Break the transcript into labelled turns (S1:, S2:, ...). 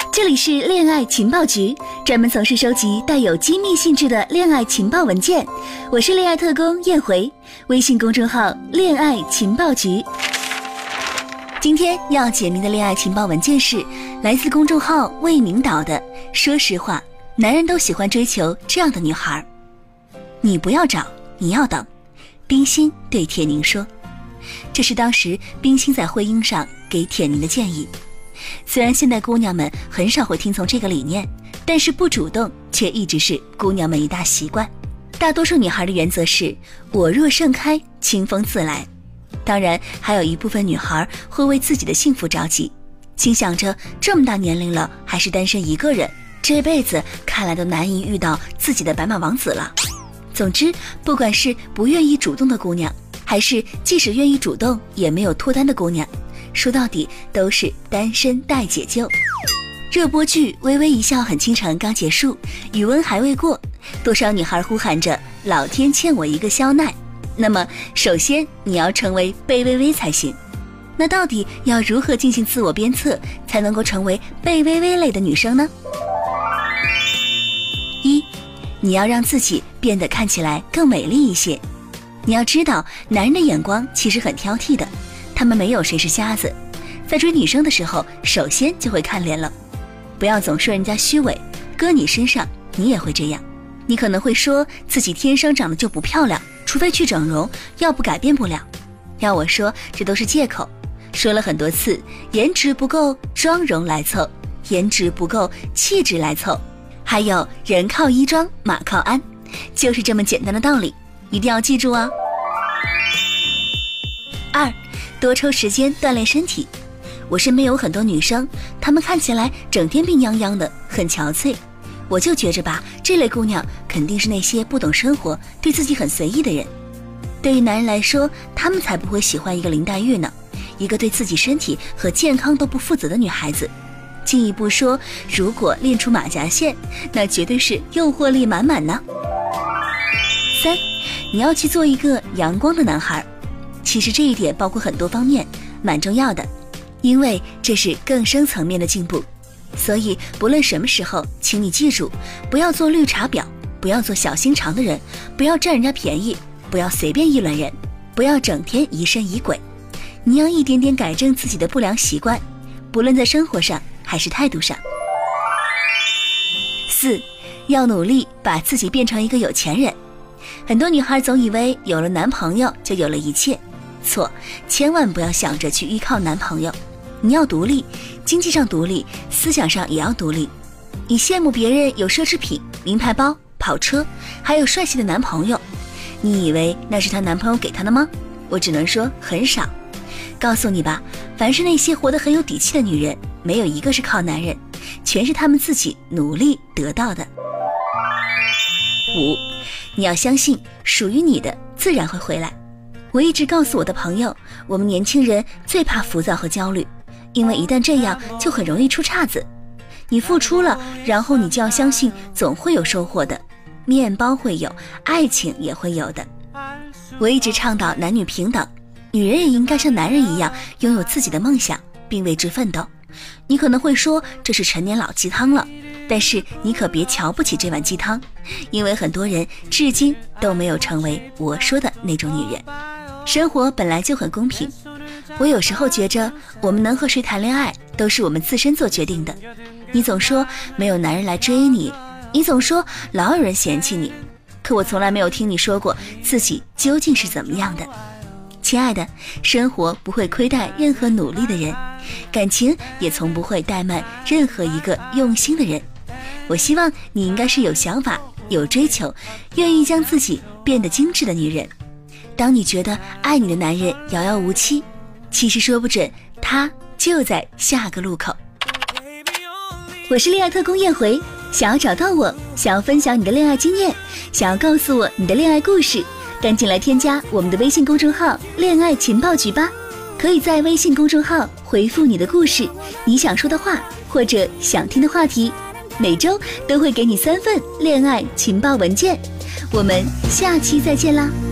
S1: 这里是恋爱情报局，专门从事收集带有机密性质的恋爱情报文件。我是恋爱特工燕回，微信公众号恋爱情报局。今天要解密的恋爱情报文件是来自公众号魏明导的。说实话，男人都喜欢追求这样的女孩。你不要找，你要等。冰心对铁凝说，这是当时冰心在会议上给铁凝的建议。虽然现代姑娘们很少会听从这个理念，但是不主动却一直是姑娘们一大习惯。大多数女孩的原则是我若盛开，清风自来。当然还有一部分女孩会为自己的幸福着急，心想着这么大年龄了还是单身一个人，这辈子看来都难以遇到自己的白马王子了。总之，不管是不愿意主动的姑娘，还是即使愿意主动也没有脱单的姑娘，说到底都是单身待解救。热播剧《微微一笑很倾城》刚结束，余温还未过，多少女孩呼喊着老天欠我一个肖奈。那么首先你要成为贝微微才行。那到底要如何进行自我鞭策才能够成为贝微微类的女生呢？一，你要让自己变得看起来更美丽一些。你要知道，男人的眼光其实很挑剔的，他们没有谁是瞎子。在追女生的时候，首先就会看脸了。不要总说人家虚伪，搁你身上你也会这样。你可能会说自己天生长得就不漂亮，除非去整容，要不改变不了。要我说，这都是借口。说了很多次，颜值不够，妆容来凑；颜值不够，气质来凑。还有人靠衣装，马靠鞍，就是这么简单的道理，一定要记住啊。二，多抽时间锻炼身体。我身边有很多女生，她们看起来整天病殃殃的，很憔悴。我就觉着吧，这类姑娘肯定是那些不懂生活，对自己很随意的人。对于男人来说，他们才不会喜欢一个林黛玉呢，一个对自己身体和健康都不负责的女孩子。进一步说，如果练出马甲线，那绝对是诱惑力满满呢。三，你要去做一个阳光的男孩。其实这一点包括很多方面，蛮重要的，因为这是更深层面的进步。所以不论什么时候，请你记住，不要做绿茶婊，不要做小心肠的人，不要占人家便宜，不要随便议论人，不要整天疑神疑鬼。你要一点点改正自己的不良习惯，不论在生活上还是态度上。四，要努力把自己变成一个有钱人。很多女孩总以为有了男朋友就有了一切，错，千万不要想着去依靠男朋友。你要独立，经济上独立，思想上也要独立。你羡慕别人有奢侈品、名牌包、跑车，还有帅气的男朋友，你以为那是她男朋友给她的吗？我只能说很少。告诉你吧，凡是那些活得很有底气的女人，没有一个是靠男人，全是她们自己努力得到的。五，你要相信属于你的自然会回来。我一直告诉我的朋友，我们年轻人最怕浮躁和焦虑，因为一旦这样就很容易出岔子。你付出了，然后你就要相信总会有收获的，面包会有，爱情也会有的。我一直倡导男女平等，女人也应该像男人一样拥有自己的梦想，并为之奋斗。你可能会说这是陈年老鸡汤了，但是你可别瞧不起这碗鸡汤，因为很多人至今都没有成为我说的那种女人。生活本来就很公平，我有时候觉着我们能和谁谈恋爱都是我们自身做决定的。你总说没有男人来追你，你总说老有人嫌弃你，可我从来没有听你说过自己究竟是怎么样的。亲爱的，生活不会亏待任何努力的人，感情也从不会怠慢任何一个用心的人。我希望你应该是有想法、有追求，愿意将自己变得精致的女人。当你觉得爱你的男人遥遥无期，其实说不准他就在下个路口。我是恋爱特工燕回，想要找到我，想要分享你的恋爱经验，想要告诉我你的恋爱故事，赶紧来添加我们的微信公众号恋爱情报局吧。可以在微信公众号回复你的故事、你想说的话或者想听的话题，每周都会给你3份恋爱情报文件。我们下期再见啦。